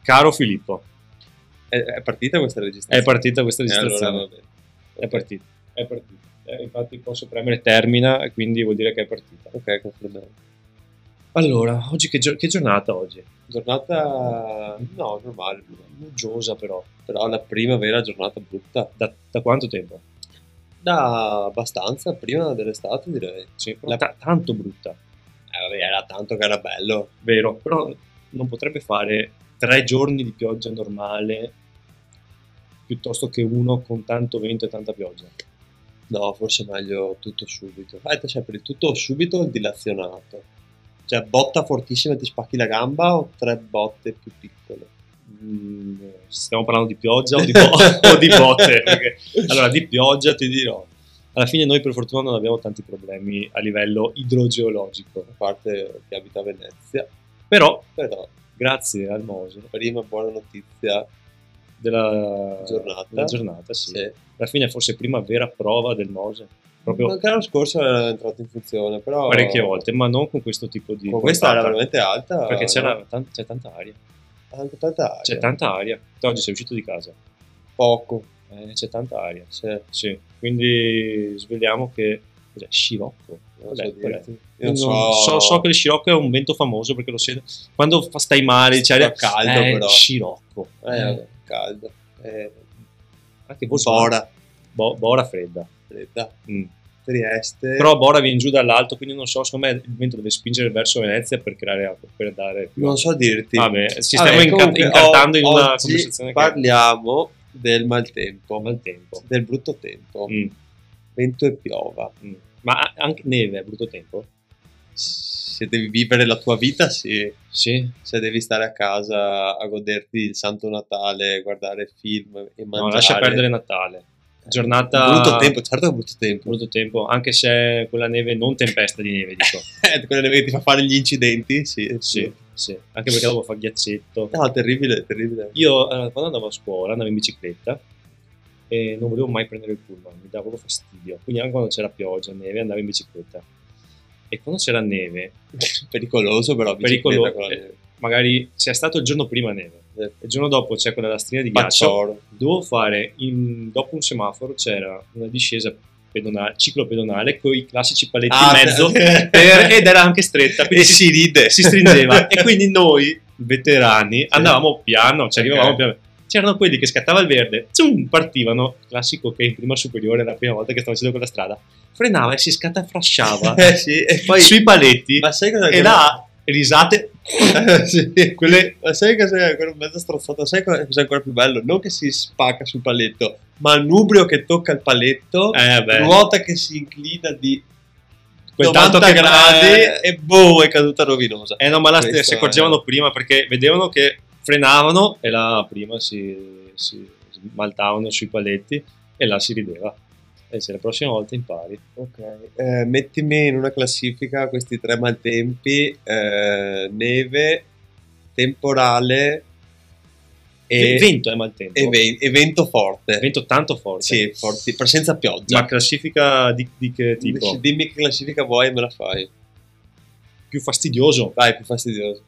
Caro Filippo, È partita questa registrazione? è partita questa registrazione. Allora, va bene. È partita. È partita. Infatti posso premere termina e quindi vuol dire che è partita. Ok, confermiamo. Allora, oggi che giornata oggi? Giornata, no, normale, Uggiosa però. però la prima vera giornata brutta. Da quanto tempo? Da abbastanza, prima dell'estate direi. Sì, però tanto brutta. Vabbè, era tanto che era bello. Vero, però non potrebbe fare 3 giorni di pioggia normale piuttosto che uno con tanto vento e tanta pioggia. No, forse è meglio tutto subito. Cioè, per il tutto subito il dilazionato. Cioè, botta fortissima e ti spacchi la gamba o 3 botte più piccole? Stiamo parlando di pioggia o o di botte? Perché, allora, di pioggia ti dirò. Alla fine noi per fortuna non abbiamo tanti problemi a livello idrogeologico. A parte che abita a Venezia. Però, Però, grazie al Mose prima buona notizia della giornata, sì. sì. Alla fine forse prima vera prova del Mose. Proprio Anche l'anno scorso era entrato in funzione, però parecchie volte, ma non con questo tipo di con questa era portata. veramente alta. Perché no? c'è tanta aria. Anche tanta aria. C'è tanta aria. Te oggi sei uscito di casa. Poco. C'è tanta aria. Sì. Sì. Quindi svegliamo che cos'è? Scirocco. Non Cos'è? so dirti. Io Non so che il scirocco è un vento famoso perché lo sento quando stai male, c'è Fa caldo, però. scirocco. Vabbè, caldo. Anche Bora fredda. Fredda. Mm. Trieste. Però Bora viene giù dall'alto, quindi non so, secondo me il vento deve spingere verso Venezia per creare acqua, per dare più Non acqua. so dirti. Vabbè, ci stiamo comunque, incartando in una oggi conversazione parliamo del maltempo. maltempo. Del brutto tempo. Mm. Vento e piova. Mm. Ma anche neve è brutto tempo? Se devi vivere la tua vita, sì. Sì. Se devi stare a casa a goderti il Santo Natale, guardare film e mangiare. No, lascia perdere Natale. Giornata Brutto tempo, certo è brutto tempo. brutto tempo, anche se quella neve non tempesta di neve, dico. Quella neve che ti fa fare gli incidenti, sì. Sì, sì. Anche perché dopo fa ghiaccetto. No, terribile, terribile. Io quando andavo a scuola andavo in bicicletta e non volevo mai prendere il pullman, mi dava proprio fastidio. Quindi anche quando c'era pioggia, neve, andavo in bicicletta. E quando c'era neve, Pericoloso però, bicicletta con la neve. magari c'è stato il giorno prima neve, il giorno dopo c'è quella lastrina di ghiaccio. Paccioro. Dovevo fare, dopo un semaforo c'era una discesa pedonale, ciclopedonale con i classici paletti in mezzo ed era anche stretta, quindi si ride, si stringeva. E quindi noi veterani andavamo piano, ci arrivavamo piano. C'erano quelli che scattava il verde, partivano, classico che in prima superiore la prima volta che stavo facendo quella strada, frenava e si scatafrasciava sì, e poi sui paletti. Ma sai cosa e là risate sì, quelle, ma sai cos'è quella mezza strozzata? Sai cos'è ancora più bello? Non che si spacca sul paletto, ma il nubrio che tocca il paletto, ruota che si inclina di quel 90 gradi e boh, è caduta rovinosa. No, ma là si accorgevano prima perché vedevano che frenavano e là prima si smaltavano sui paletti e là si rideva. E se la prossima volta impari. Ok, mettimi in una classifica questi 3 maltempi: neve, temporale e vento è maltempo. E vento forte. Vento tanto forte. Sì, forti, però senza pioggia. Ma classifica di che tipo? Dimmi che classifica vuoi e me la fai. Più fastidioso. Vai, più fastidioso.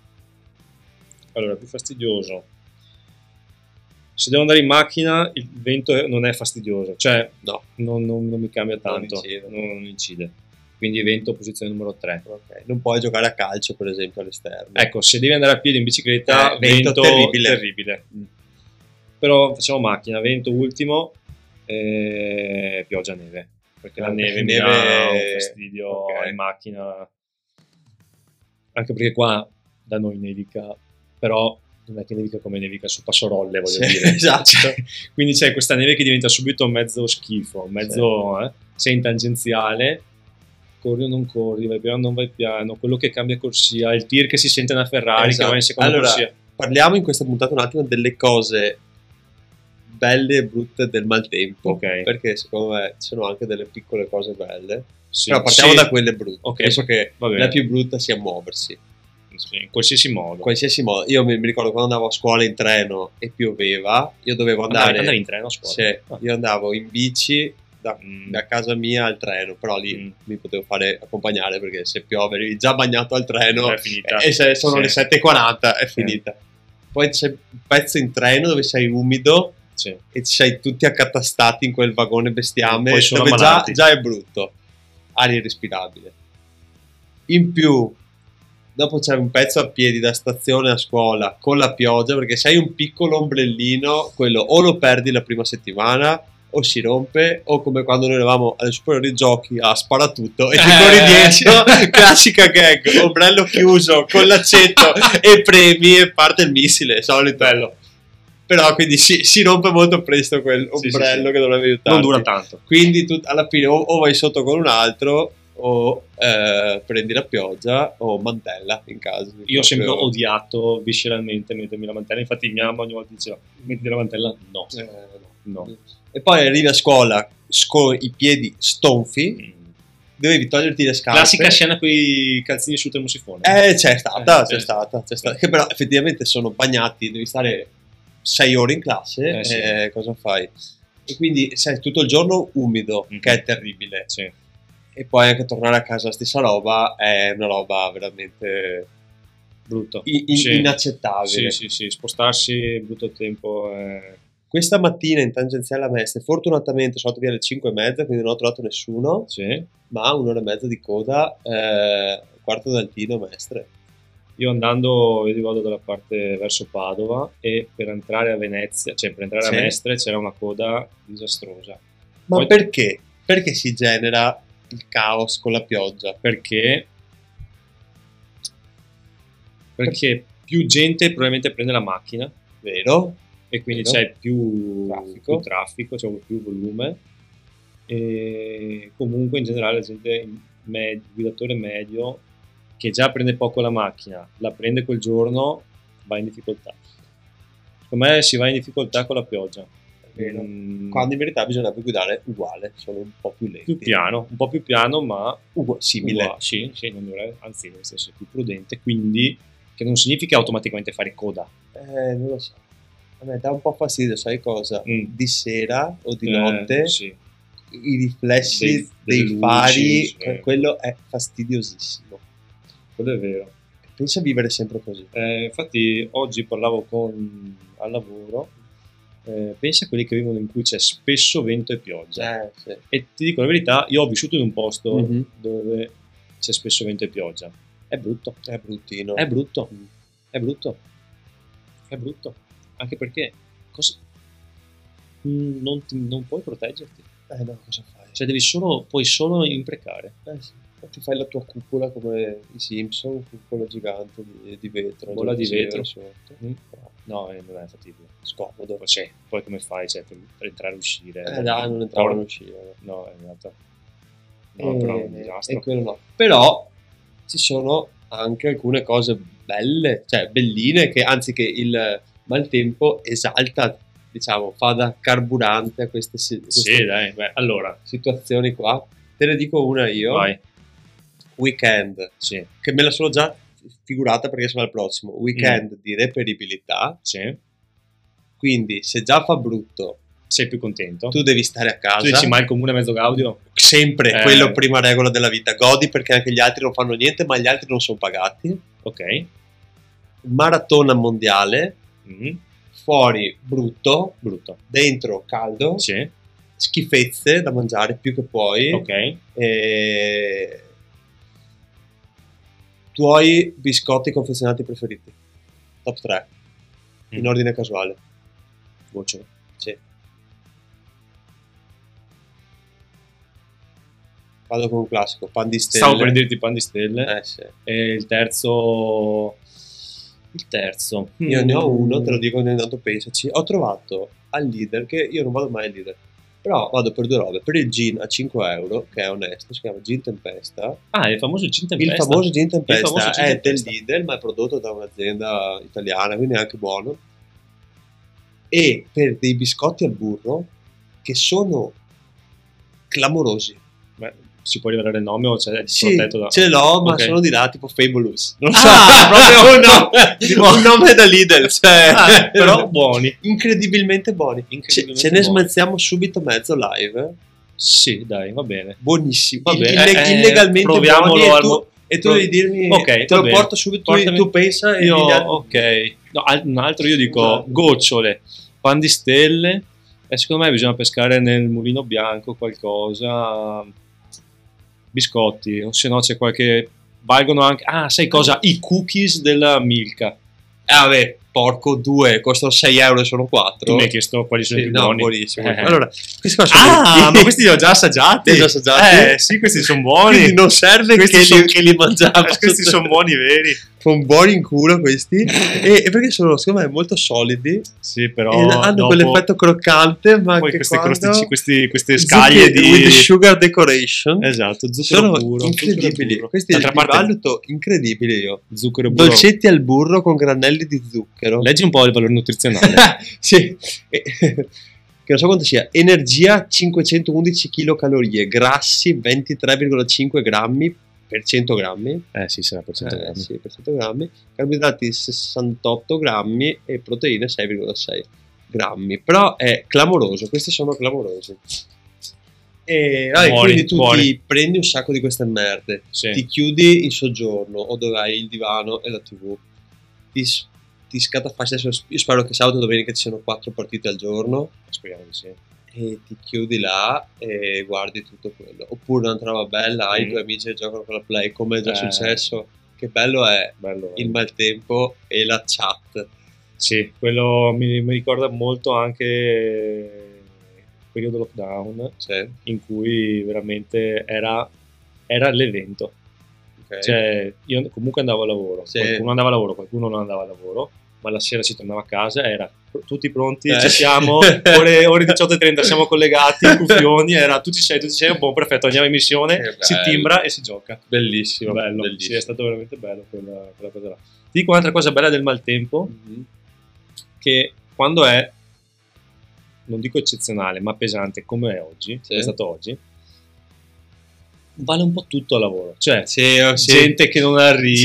Allora, più fastidioso. Se devo andare in macchina il vento non è fastidioso, cioè no, non mi cambia tanto, non incide. Quindi vento posizione numero 3. Okay. Non puoi giocare a calcio per esempio all'esterno. Ecco, se devi andare a piedi in bicicletta, vento terribile. Però facciamo macchina, vento ultimo, pioggia, neve. Perché la neve mi dà un fastidio in macchina. Anche perché qua da noi nevica, però non è che nevica come nevica su Passorolle, voglio dire. Esatto. Quindi c'è questa neve che diventa subito mezzo schifo, mezzo sei in tangenziale, corri o non corri, vai piano o non vai piano, quello che cambia corsia, il tir che si sente una Ferrari che va in seconda corsia. Parliamo in questa puntata un attimo delle cose belle e brutte del maltempo, perché secondo me ci sono anche delle piccole cose belle. Però partiamo da quelle brutte. Penso che la più brutta sia muoversi. In qualsiasi modo. Io mi ricordo quando andavo a scuola in treno e pioveva, io dovevo andare in treno a scuola. Io andavo in bici da casa mia al treno, però lì mi potevo fare accompagnare perché se piove eri già bagnato al treno è finita. e se sono le 7:40 è finita. poi c'è un pezzo in treno dove sei umido, sì, e sei tutti accatastati in quel vagone bestiame, poi sono dove già è brutto, aria irrespirabile. In più, dopo c'è un pezzo a piedi da stazione a scuola con la pioggia, perché sei un piccolo ombrellino, quello o lo perdi la prima settimana o si rompe, o come quando noi eravamo alle superiori giochi a sparatutto e ti corri dietro, classica gag, ombrello chiuso con l'accetto e premi e parte il missile, solito. Bello. Però quindi si rompe molto presto quel ombrello che dovrebbe aiutarti. Non dura tanto. Quindi tu alla fine o vai sotto con un altro o prendi la pioggia o mantella in casa. Io ho sempre odiato visceralmente mettermi la mantella, infatti mia mamma ogni volta diceva metti la mantella, no. E poi arrivi a scuola con i piedi stonfi, dovevi toglierti le scarpe. Classica scena con i calzini sul termosifone. C'è stata. Che però effettivamente sono bagnati, devi stare 6 ore in classe, cosa fai? E quindi sei tutto il giorno umido, che è terribile. Sì. E poi anche tornare a casa la stessa roba è una roba veramente brutto, inaccettabile. Sì, spostarsi brutto tempo. Questa mattina in tangenziale a Mestre, fortunatamente sono andato via alle 5:30, quindi non ho trovato nessuno, ma un'ora e mezza di coda, quarto d'Altino Mestre. Io andando, vado dalla parte verso Padova, e per entrare a Venezia, cioè per entrare a Mestre c'era una coda disastrosa. Ma poi, perché? Perché si genera il caos con la pioggia? Perché più gente probabilmente prende la macchina, vero? E quindi c'è più traffico, c'è più volume, e comunque in generale la gente, il guidatore medio che già prende poco la macchina, la prende quel giorno, va in difficoltà. Secondo me si va in difficoltà con la pioggia. Quando in verità bisognerebbe guidare uguale, solo un po' più lento. Un po' più piano, ma simile. Sì, non dovrei, anzi deve essere più prudente, quindi che non significa automaticamente fare coda. Non lo so. A me dà un po' fastidio, sai cosa? Di sera o di notte, i riflessi dei fari, quello è fastidiosissimo. Quello è vero. Pensa a vivere sempre così. Infatti oggi parlavo al lavoro, pensa a quelli che vivono in cui c'è spesso vento e pioggia. E ti dico la verità, io ho vissuto in un posto dove c'è spesso vento e pioggia. È brutto. È bruttino. È brutto. È brutto. Anche perché non puoi proteggerti. No, cosa fai? Cioè puoi solo imprecare. Ti fai la tua cupola come i Simpson, cupola gigante di vetro. Bolla di vetro sotto. No, non è fattibile. Scomodo. Poi come fai per entrare e uscire? Non entrare e uscire. No, è esatto. No, però è un disastro. E quello no. Però ci sono anche alcune cose belle, cioè belline, che anzi che il maltempo esalta, diciamo, fa da carburante a queste allora, situazioni qua. Te ne dico una io. Vai. Weekend, che me la sono già figurata perché sono al prossimo weekend di reperibilità. Quindi se già fa brutto, sei più contento, tu devi stare a casa. Tu dici, ma il comune mezzo gaudio? Sempre, quello prima regola della vita. Godi perché anche gli altri non fanno niente, ma gli altri non sono pagati. Ok. Maratona mondiale. Fuori brutto, dentro caldo, schifezze da mangiare più che puoi. Ok. Tuoi biscotti confezionati preferiti? Top 3 in ordine casuale. Voce. Vado con un classico, pan di stelle. Stavo per dirti pan di stelle. E il terzo. Io ne ho uno, te lo dico ogni tanto, pensaci. Ho trovato al Lidl, che io non vado mai al Lidl, però vado per due robe. Per il gin a 5 euro, che è onesto, si chiama Gin Tempesta. Il famoso Gin Tempesta. Il famoso Gin Tempesta è del Lidl, ma è prodotto da un'azienda italiana, quindi è anche buono. E per dei biscotti al burro che sono clamorosi. Si può rivelare il nome o c'è protetto da... ce l'ho, ma sono di là tipo Fabulous. Non so, proprio un nome da Lidl, però buoni, incredibilmente buoni. Ce ne smanziamo subito mezzo live. Sì, dai, va bene. Buonissimo. Va bene. Illegalmente proviamolo buoni, e tu devi dirmi, ok, te lo porto subito, tu pensa e ok. No, un altro io dico gocciole, pan di stelle, e secondo me bisogna pescare nel mulino bianco qualcosa, biscotti, o se no c'è qualche, valgono anche, sai cosa? I cookies della Milka. Vabbè, porco, 2, costano 6 euro, sono 4. Tu mi hai chiesto quali sono i più buoni. Buonissimo. Allora, questi qua sono ma questi li ho già assaggiati. Sì, questi sono buoni. Quindi non serve che li mangiamo. Questi sono buoni veri. Sono buoni in culo questi. e perché sono, secondo me, molto solidi. Sì, però hanno dopo, quell'effetto croccante, ma poi che queste scaglie with sugar decoration. Esatto, zucchero sono puro. Incredibili. Questi li valuto incredibili io. Zucchero e burro. Dolcetti al burro con granelli di zucchero. Leggi un po' il valore nutrizionale. Sì. Che non so quanto sia. Energia 511 kcal, grassi 23,5 grammi per 100 grammi. Sì, sarà per 100 grammi. Sì, per 100 grammi. Carboidrati 68 grammi e proteine 6,6 grammi. Però è clamoroso, questi sono clamorosi. E quindi tu ti prendi un sacco di queste merde, ti chiudi in soggiorno o dove hai il divano e la TV, ti scatafasci. Adesso io spero che sabato e domenica ci siano 4 partite al giorno. Speriamo di sì. E ti chiudi là e guardi tutto quello. Oppure una trama bella, hai i tuoi amici che giocano con la Play, come è già successo. Che bello è il maltempo e la chat. Sì, quello mi ricorda molto anche il periodo lockdown, in cui veramente era l'evento. Cioè, io comunque andavo a lavoro, qualcuno andava a lavoro, qualcuno non andava a lavoro, ma la sera si tornava a casa, era tutti pronti, ci siamo, ore 18:30 siamo collegati, cuffioni, era tu ci sei, buon, perfetto, andiamo in missione, si timbra e si gioca. Bellissimo, bellissimo. Sì, è stato veramente bello quella cosa là. Ti dico un'altra cosa bella del maltempo, che quando è, non dico eccezionale, ma pesante come è oggi, è stato oggi, vale un po' tutto al lavoro, cioè gente che non arriva,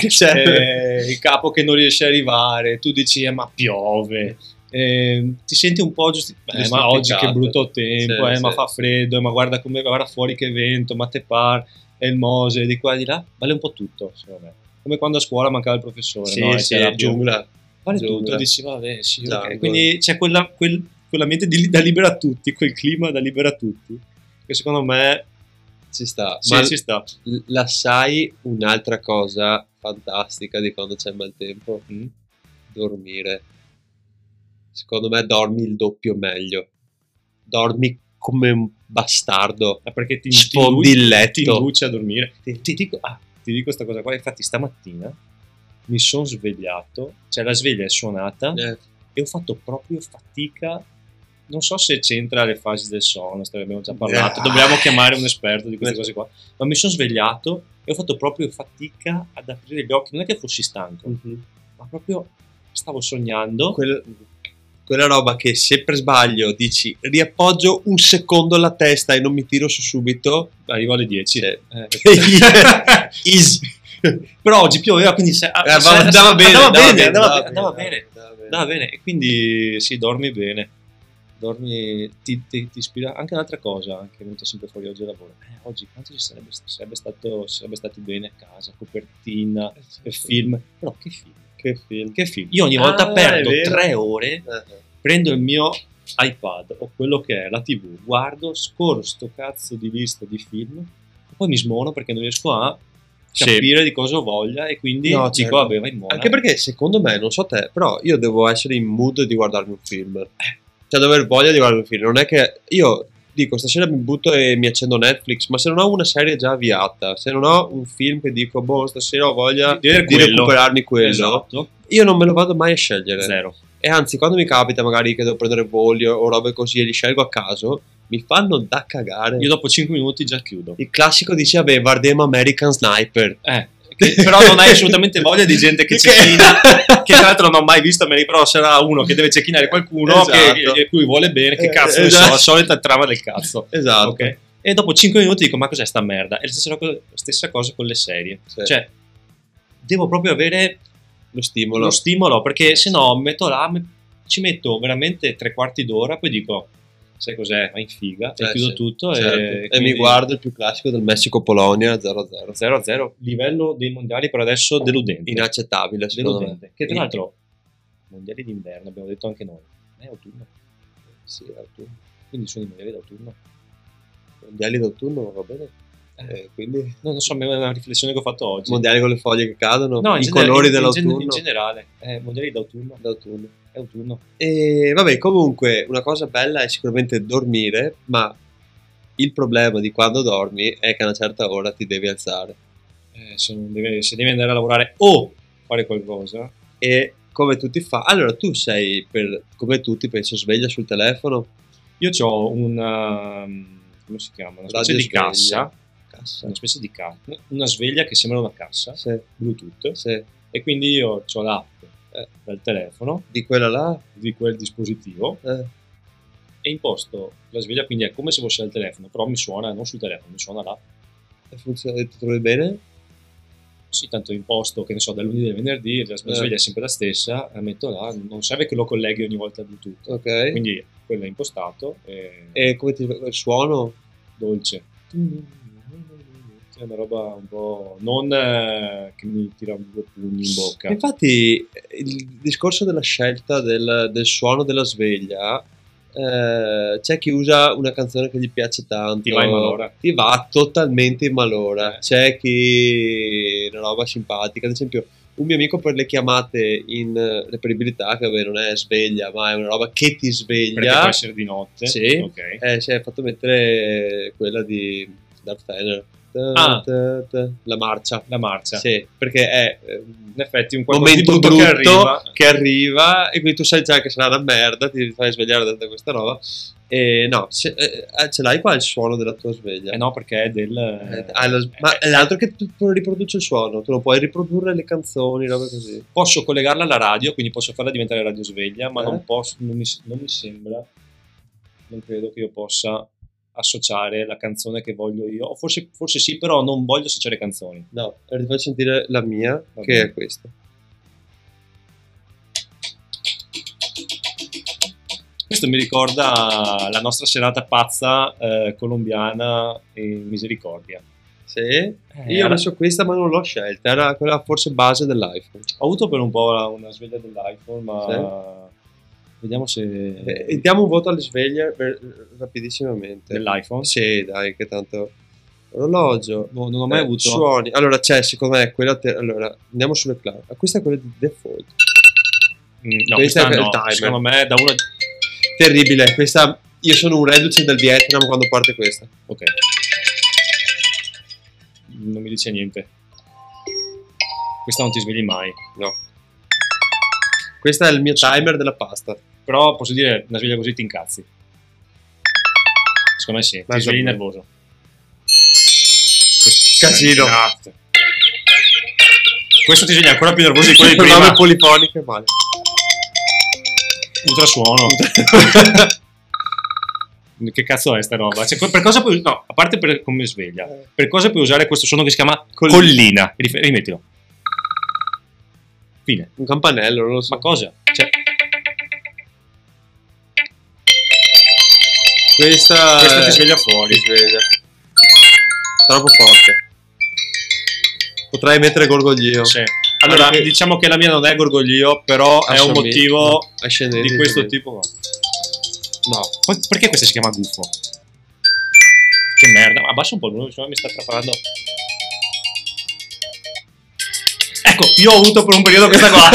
il capo che non riesce a arrivare, tu dici ma piove, ti senti un po' ma oggi che brutto tempo, ma fa freddo, ma guarda fuori che vento, ma te par, è il Mose, di qua e di là, vale un po' tutto secondo me, come quando a scuola mancava il professore, la giungla, vale tutto, dici vabbè okay. Quindi c'è quell'ambiente da libera a tutti, quel clima da libera a tutti, che secondo me ci sta. Ci sta. La sai un'altra cosa fantastica di quando c'è maltempo? Dormire. Secondo me dormi il doppio meglio. Dormi come un bastardo. Perché ti sfondi il letto. Ti induci a dormire. Ti dico questa cosa qua. Infatti stamattina mi sono svegliato, cioè la sveglia è suonata e ho fatto proprio fatica. Non so se c'entra le fasi del sonno, abbiamo già parlato, dobbiamo chiamare un esperto di queste cose qua, ma mi sono svegliato e ho fatto proprio fatica ad aprire gli occhi, non è che fossi stanco, ma proprio stavo sognando. Quella roba che se per sbaglio dici riappoggio un secondo la testa e non mi tiro su subito, arrivo alle 10. Easy. Però oggi pioveva, quindi andava bene, e quindi si dormi bene. Dormi, ti ispira anche un'altra cosa che è venuta sempre fuori oggi al lavoro. Oggi quanto sarebbe stati bene a casa, copertina, film. Però che film. Io ogni volta perdo 3 ore, prendo il mio iPad o quello che è la TV, guardo, scorro sto cazzo di lista di film e poi mi smono perché non riesco a capire di cosa ho voglia, e quindi dico vabbè, vai in mona. Anche perché secondo me, non so te, però io devo essere in mood di guardarmi un film. Cioè, devo aver voglia di guardare un film. Non è che io dico stasera mi butto e mi accendo Netflix, ma se non ho una serie già avviata, se non ho un film che dico stasera ho voglia di recuperarmi quello, io non me lo vado mai a scegliere. Zero. E anzi, quando mi capita magari che devo prendere voli o robe così e li scelgo a caso, mi fanno da cagare. Io dopo 5 minuti già chiudo. Il classico dice vabbè, guardiamo American Sniper. Però non hai assolutamente voglia di gente che cecchina, che tra l'altro non ho mai visto, però sarà uno che deve cecchinare qualcuno, che cui vuole bene, che cazzo ne so, la solita trama del cazzo. Esatto. Okay? E dopo 5 minuti dico ma cos'è sta merda? E la stessa cosa con le serie. Cioè devo proprio avere lo stimolo, perché se no metto là, ci metto veramente 3/4 d'ora, poi dico sai cos'è, ma in figa, e chiudo tutto e mi guardo il più classico del Messico-Polonia 0-0, livello dei mondiali per adesso deludente, inaccettabile, deludente. Che tra l'altro Mondiali d'inverno, abbiamo detto anche noi. È autunno. Sì, è autunno. Quindi sono i mondiali d'autunno. Mondiali d'autunno, va bene. Quindi... No, non so, è una riflessione che ho fatto oggi. Mondiali con le foglie che cadono, no, i colori dell'autunno. In generale, mondiali d'autunno. È autunno. E vabbè, comunque, una cosa bella è sicuramente dormire, ma il problema di quando dormi è che a una certa ora ti devi alzare. Se devi andare a lavorare o fare qualcosa. E come tutti fa? Allora, tu sei, come tutti, penso, sveglia sul telefono? Io ho una... come si chiama? Una specie di cassa. Una specie di cassa. Una sveglia che sembra una cassa. Sì. Bluetooth. Sì. E quindi io ho l'app dal telefono. Di quella là? Di quel dispositivo. E imposto la sveglia, quindi è come se fosse al telefono, però mi suona non sul telefono, mi suona là. E funziona, ti trovi bene? Sì, tanto imposto, che ne so, dal lunedì al venerdì, la sveglia è sempre la stessa, la metto là, non serve che lo colleghi ogni volta al Bluetooth. Ok. Quindi quello è impostato. E come il suono? Dolce. È una roba un po'... non che mi tira due pugni in bocca. Infatti il discorso della scelta del suono della sveglia, c'è chi usa una canzone che gli piace tanto, ti va in malora, ti va totalmente in malora. C'è chi una roba simpatica, ad esempio un mio amico per le chiamate in reperibilità, che vabbè non è sveglia ma è una roba che ti sveglia, perché può essere di notte. Sì, okay. Si è fatto mettere quella di Darth Vader. La marcia, sì, perché è in effetti un momento brutto che arriva e quindi tu sai già che sarà una merda, ti fai svegliare da questa roba. E no, ce l'hai qua il suono della tua sveglia? No, perché è del ma è l'altro che tu riproduce il suono, tu lo puoi riprodurre le canzoni, roba così. Posso collegarla alla radio, quindi posso farla diventare radio sveglia, ma non mi sembra, non credo che io possa associare la canzone che voglio io, o forse sì, però non voglio associare canzoni. No, ti faccio sentire la mia, che è questa. Questo mi ricorda la nostra serata pazza colombiana in Misericordia. Sì, io ho messo questa ma non l'ho scelta, era quella forse base dell'iPhone. Ho avuto per un po' una sveglia dell'iPhone, ma... Sì. Vediamo se... diamo un voto alle sveglie rapidissimamente. Dell'iPhone? Sì, dai, che tanto... Orologio. Non ho mai avuto... Suoni. Allora, c'è, secondo me, quella... Allora, andiamo sulle clave. Questa è quella di default. No, questa è il timer. Secondo me, da uno... Terribile. Questa... Io sono un reduce del Vietnam quando parte questa. Ok. Non mi dice niente. Questa non ti svegli mai. No. Questo è il mio timer della pasta. Però posso dire, una sveglia così ti incazzi. Secondo me sì, ti svegli nervoso. Casino. Questo ti sveglia ancora più nervoso di quello di prima. Nome polifoniche, male. Ultrasuono. Che cazzo è sta roba? Cioè, per cosa puoi... No, a parte per come sveglia. Per cosa puoi usare questo suono che si chiama collina? Rimettilo. Fine. Un campanello, non lo so. Ma cosa? Cioè... Questa ti sveglia fuori. Ti sveglia. Troppo forte. Potrei mettere Gorgoglio. Sì. Allora, diciamo che la mia non è Gorgoglio, però è un motivo di questo tipo. No. Perché questa si chiama gufo? Che merda. Abbassa un po' il volume, mi sta atrapalando. Ecco, io ho avuto per un periodo questa qua.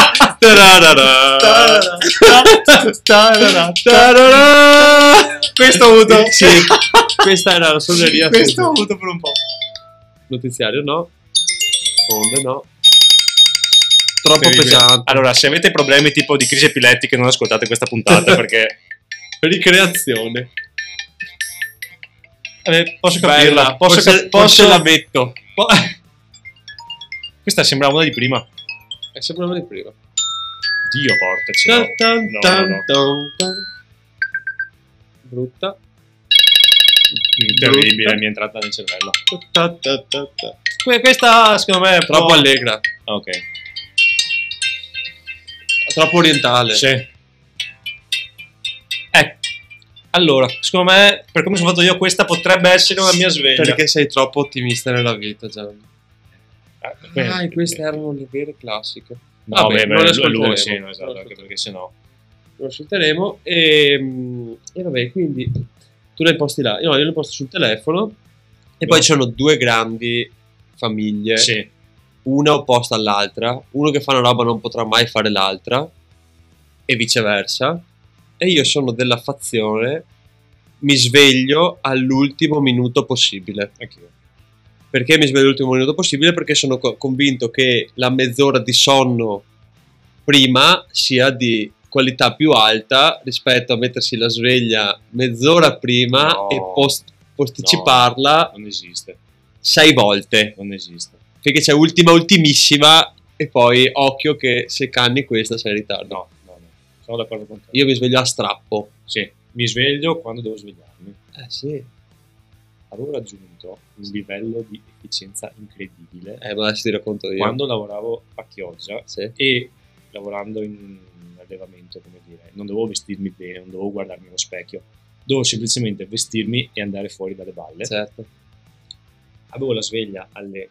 Questo ho avuto. Sì, questa era la suoneria. Questo ho avuto per un po'. Notiziario no. Onde no. Troppo pesante. Allora, se avete problemi tipo di crisi epilettiche, non ascoltate questa puntata perché... Ricreazione. Posso capirla. Posso la metto. Questa sembra una di prima. Sembra una di prima. Dio portaci. No. Brutta. Terribile, mi è entrata nel cervello. Questa secondo me è troppo allegra. Ok. Troppo orientale. Sì. Allora, secondo me, per come sono fatto io, questa potrebbe essere una mia sveglia. Perché sei troppo ottimista nella vita, Gianni. Queste erano le vere classiche. No, vabbè, non lo ascolteremo. Sì, no, esatto, anche perché sennò lo ascolteremo. E vabbè, quindi tu l'hai posti là, io l'ho posto sul telefono. E poi ci sono due grandi famiglie, sì, una opposta all'altra, uno che fa una roba non potrà mai fare l'altra e viceversa, e io sono della fazione mi sveglio all'ultimo minuto possibile. Anch'io. Perché mi sveglio all'ultimo minuto possibile? Perché sono convinto che la mezz'ora di sonno prima sia di qualità più alta rispetto a mettersi la sveglia mezz'ora prima e posticiparla. Non esiste 6 volte. Non esiste. Perché c'è ultimissima e poi occhio che se canni questa sei in ritardo. No. Sono d'accordo con te. Io mi sveglio a strappo. Sì, mi sveglio quando devo svegliarmi. Sì. Avevo raggiunto un livello di efficienza incredibile. Ma adesso ti racconto io. Quando lavoravo a Chioggia, sì, e lavorando in allevamento, come dire, non dovevo vestirmi bene, non dovevo guardarmi allo specchio, dovevo semplicemente vestirmi e andare fuori dalle balle. Certo. Avevo la sveglia alle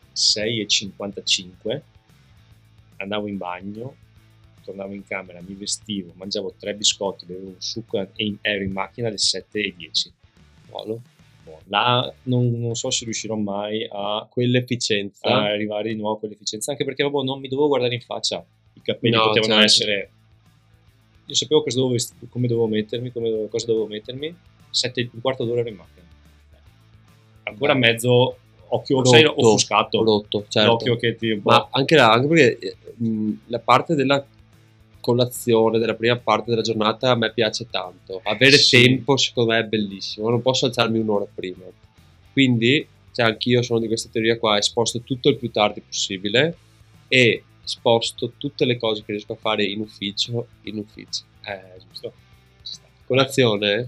6:55, andavo in bagno, tornavo in camera, mi vestivo, mangiavo 3 biscotti, bevevo un succo e ero in macchina alle 7:10. Buono. Là non so se riuscirò mai a quell'efficienza, a arrivare di nuovo a quell'efficienza, anche perché non mi dovevo guardare in faccia, i capelli potevano essere, io sapevo come dovevo mettermi, cosa dovevo mettermi, un quarto d'ora ero in macchina, ancora mezzo occhio offuscato, certo. L'occhio che ti ma anche perché la parte della colazione della prima parte della giornata a me piace tanto, avere tempo secondo me è bellissimo, non posso alzarmi un'ora prima, quindi anch'io sono di questa teoria qua, sposto tutto il più tardi possibile e sposto tutte le cose che riesco a fare in ufficio giusto. Colazione?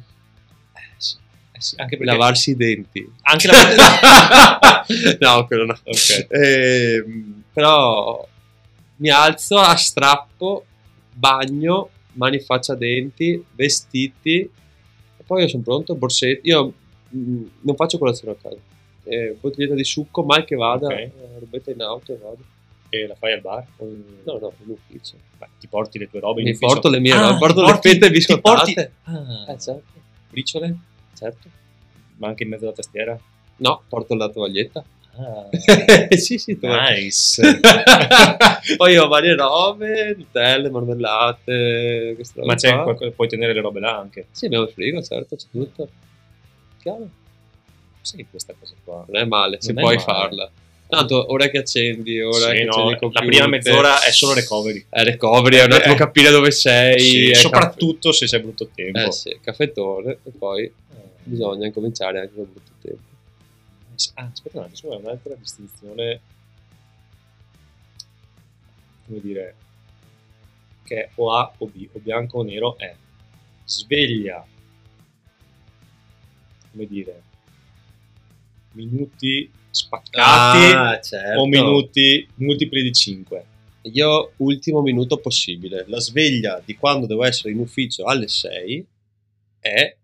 Sì, anche perché lavarsi i denti, anche no, quello no. Okay. Però mi alzo a strappo, bagno, mani, faccia, denti, vestiti e poi io sono pronto, borsetto. Io non faccio colazione a casa, bottiglietta di succo mai che vada, robetta in auto e vado. E la fai al bar? No, in ufficio. Ma ti porti le tue robe in mi ufficio? Porto le mie robe, porto le fette biscottate. Certo. Briciole? Certo. Ma anche in mezzo alla tastiera? No, porto la tovaglietta. Sì, nice. Poi ho varie robe, Nutelle, marmellate, ma c'è qualcosa, puoi tenere le robe là anche? Sì, abbiamo il frigo, certo, c'è tutto. Chiaro? Sì, questa cosa qua non è male, se puoi farla. Tanto ora che accendi, accendi il computer, la prima mezz'ora è solo recovery. Recovery, è un attimo capire dove sei. Soprattutto se c'è brutto tempo. Sì, caffettone e poi bisogna incominciare anche con brutto tempo. Aspetta un attimo, un'altra distinzione, come dire, che è o A o B, o bianco o nero, è sveglia, come dire, minuti spaccati certo. O minuti multipli di 5. Io ultimo minuto possibile. La sveglia di quando devo essere in ufficio alle 6 è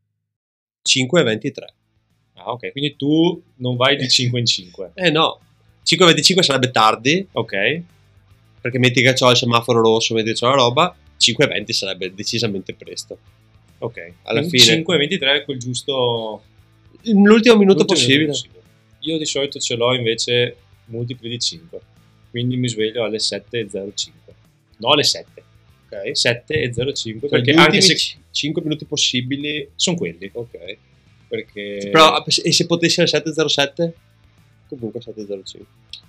5:23. Ok, quindi tu non vai di 5 in 5. No, 5:25 sarebbe tardi. Ok. Perché metti che c'ho il semaforo rosso, metti che c'ho la roba, 5:20 sarebbe decisamente presto. Ok, alla fine 5:23 è quel giusto, l'ultimo minuto possibile. Io di solito ce l'ho invece multipli di 5, quindi mi sveglio alle 7:05. No, alle 7. Ok, 7:05, perché anche se 5 minuti possibili sono quelli. Ok. Perché però e se potessi alle 7:07? Comunque 7:05.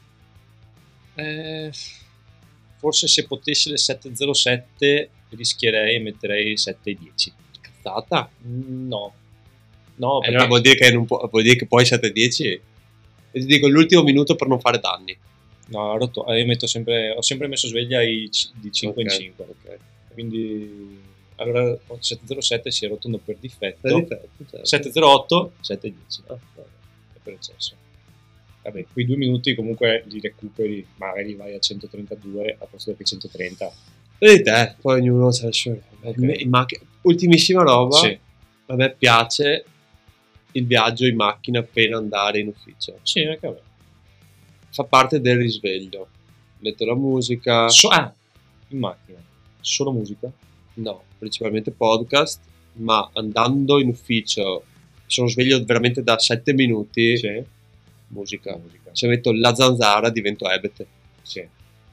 Forse se potessi alle 7:07 rischierei e metterei 7:10. Cazzata? No, perché allora vuol dire che poi 7:10 e ti dico l'ultimo minuto per non fare danni. No, io ho sempre messo sveglia di 5 in 5. Okay. Quindi allora 7:07 si è rotondo per difetto. Certo. 7:08, 7:10. È per eccesso. Vabbè, quei 2 minuti comunque li recuperi, magari vai a 132 a posto che 130. Vedi te, poi ognuno c'ha il suo. Okay. Ultimissima roba, sì. A me piace il viaggio in macchina appena andare in ufficio. Sì, anche a me. Fa parte del risveglio. Metto la musica. In macchina. Solo musica? No, principalmente podcast, ma andando in ufficio, sono sveglio veramente da 7 minuti, sì. Musica. Se metto la zanzara divento ebete. Sì.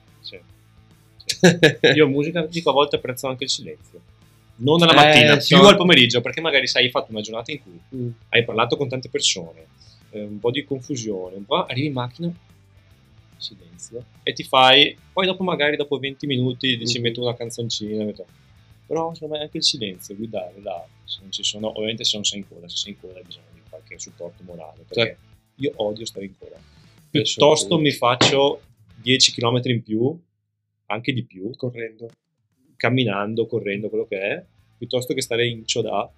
Io musica dico, a volte apprezzo anche il silenzio. Non alla mattina, più al pomeriggio, perché magari sai, hai fatto una giornata in cui hai parlato con tante persone, un po' di confusione, un po', arrivi in macchina, silenzio, e ti fai, poi dopo magari dopo 20 minuti dici metto una canzoncina, però secondo me anche il silenzio, guidare là, se non ci sono, ovviamente se non sei in coda, se sei in coda hai bisogno di qualche supporto morale, perché io odio stare in coda. Piuttosto mi faccio 10 km in più, anche di più, correndo, camminando, correndo, quello che è, piuttosto che stare in coda.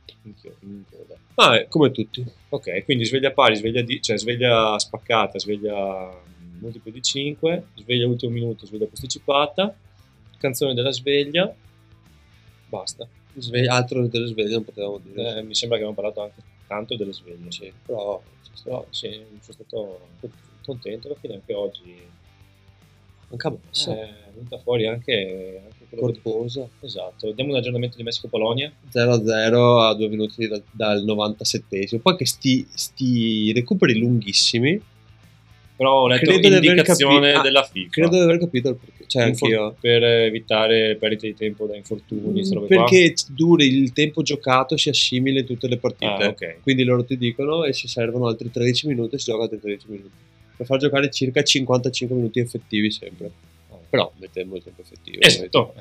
Come tutti. Ok, quindi sveglia pari, sveglia spaccata, sveglia multiplo di 5, sveglia ultimo minuto, sveglia posticipata, canzone della sveglia, basta. Altro delle sveglie non potevamo dire. Mi sembra che abbiamo parlato anche tanto delle sveglie, sì. Però sì, sono stato contento alla fine anche oggi. Anche a me è venuta fuori anche corposa. Esatto. Diamo un aggiornamento di Messico-Polonia 0-0 a 2 minuti dal 97esimo. Poi che sti recuperi lunghissimi, però ho letto l'indicazione della FIFA. Credo di aver capito il perché. Cioè, anch'io. Per evitare perdite di tempo da infortuni, perché duri il tempo giocato si assimila in tutte le partite. Okay. Quindi loro ti dicono e ci servono altri 13 minuti e si gioca altri 13 minuti per far giocare circa 55 minuti effettivi sempre. Però mettiamo il tempo effettivo. Esatto.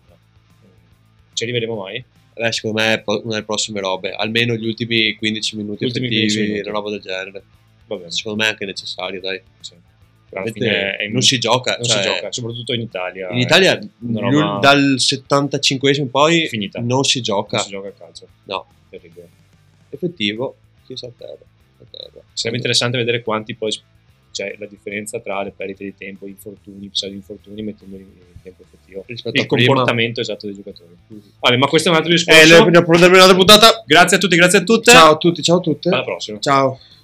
Ci arriveremo mai? Secondo me è una delle prossime robe, almeno gli ultimi 15 minuti effettivi, una roba del genere. Vabbè. Secondo me è anche necessario, dai. Sì. Alla fine non si gioca, si gioca, soprattutto in Italia. In Italia dal 75esimo in poi finita. Non si gioca. Non si gioca a calcio. No. Terribile. Effettivo, chissà a terra. Sarebbe interessante vedere quanti poi c'è la differenza tra le perdite di tempo, infortuni, pseudo-infortuni, mettendo in tempo effettivo rispetto il comportamento esatto dei giocatori. Vabbè, ma questo è un altro discorso. Abbiamo terminato la puntata. Grazie a tutti, grazie a tutte. Ciao a tutti, ciao a tutte. Alla prossima. Ciao.